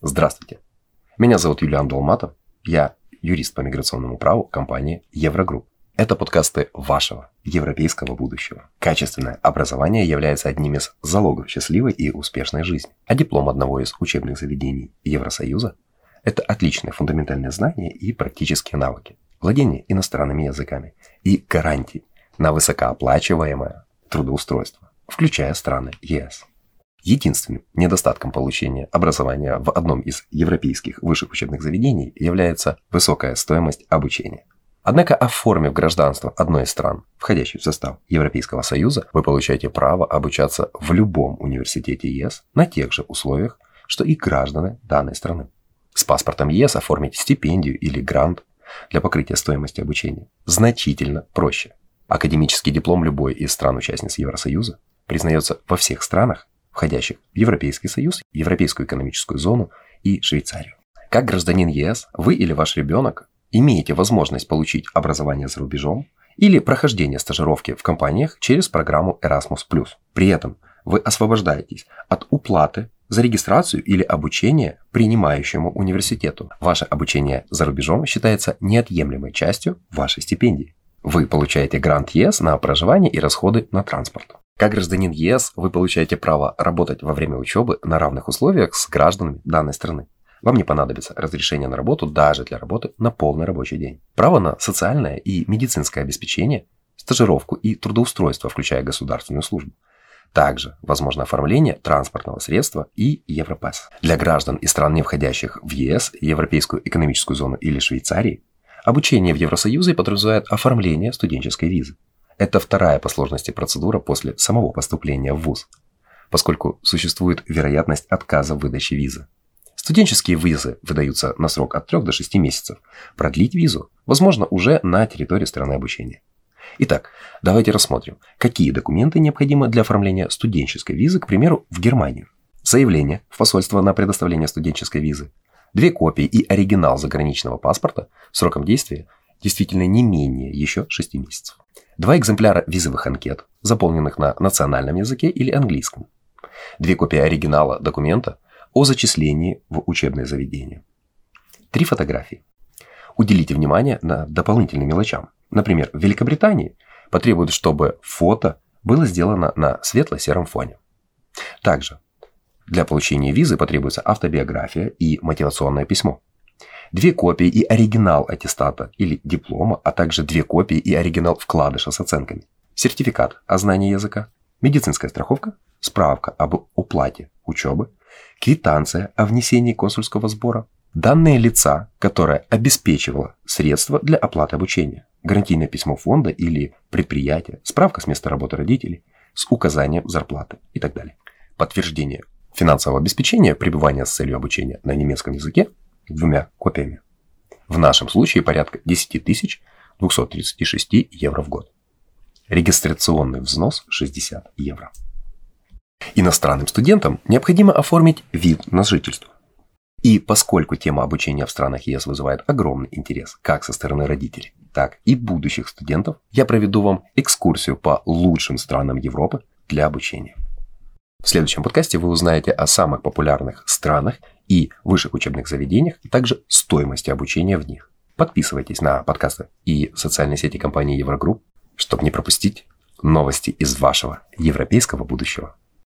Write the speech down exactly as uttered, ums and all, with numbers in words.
Здравствуйте. Меня зовут Юлиан Долматов. Я юрист по миграционному праву компании Еврогрупп. Это подкасты вашего европейского будущего. Качественное образование является одним из залогов счастливой и успешной жизни. А диплом одного из учебных заведений Евросоюза – это отличные фундаментальные знания и практические навыки, владение иностранными языками и гарантии на высокооплачиваемое трудоустройство, включая страны ЕС. Единственным недостатком получения образования в одном из европейских высших учебных заведений является высокая стоимость обучения. Однако, оформив гражданство одной из стран, входящей в состав Европейского Союза, вы получаете право обучаться в любом университете ЕС на тех же условиях, что и граждане данной страны. С паспортом ЕС оформить стипендию или грант для покрытия стоимости обучения значительно проще. Академический диплом любой из стран-участниц Евросоюза признается во всех странах, входящих в Европейский Союз, Европейскую экономическую зону и Швейцарию. Как гражданин ЕС, вы или ваш ребенок имеете возможность получить образование за рубежом или прохождение стажировки в компаниях через программу Erasmus плюс. При этом вы освобождаетесь от уплаты за регистрацию или обучение принимающему университету. Ваше обучение за рубежом считается неотъемлемой частью вашей стипендии. Вы получаете грант ЕС на проживание и расходы на транспорт. Как гражданин ЕС вы получаете право работать во время учебы на равных условиях с гражданами данной страны. Вам не понадобится разрешение на работу даже для работы на полный рабочий день. Право на социальное и медицинское обеспечение, стажировку и трудоустройство, включая государственную службу. Также возможно оформление транспортного средства и Европасс. Для граждан из стран, не входящих в ЕС, Европейскую экономическую зону или Швейцарии, обучение в Евросоюзе подразумевает оформление студенческой визы. Это вторая по сложности процедура после самого поступления в вуз, поскольку существует вероятность отказа в выдаче визы. Студенческие визы выдаются на срок от трёх до шести месяцев. Продлить визу возможно уже на территории страны обучения. Итак, давайте рассмотрим, какие документы необходимы для оформления студенческой визы, к примеру, в Германию. Заявление в посольство на предоставление студенческой визы, две копии и оригинал заграничного паспорта сроком действия действительно не менее еще шести месяцев. Два экземпляра визовых анкет, заполненных на национальном языке или английском. Две копии оригинала документа о зачислении в учебное заведение. Три фотографии. Уделите внимание на дополнительным мелочам. Например, в Великобритании потребуют, чтобы фото было сделано на светло-сером фоне. Также для получения визы потребуется автобиография и мотивационное письмо. Две копии и оригинал аттестата или диплома, а также две копии и оригинал вкладыша с оценками. Сертификат о знании языка, медицинская страховка, справка об уплате учебы, квитанция о внесении консульского сбора, данные лица, которое обеспечивало средства для оплаты обучения, гарантийное письмо фонда или предприятия, справка с места работы родителей с указанием зарплаты и так далее. Подтверждение финансового обеспечения пребывания с целью обучения на немецком языке двумя копиями. В нашем случае порядка десять тысяч двести тридцать шесть евро в год. Регистрационный взнос шестьдесят евро. Иностранным студентам необходимо оформить вид на жительство. И поскольку тема обучения в странах ЕС вызывает огромный интерес как со стороны родителей, так и будущих студентов, я проведу вам экскурсию по лучшим странам Европы для обучения. В следующем подкасте вы узнаете о самых популярных странах и высших учебных заведениях, а также стоимости обучения в них. Подписывайтесь на подкасты и социальные сети компании Еврогрупп, чтобы не пропустить новости из вашего европейского будущего.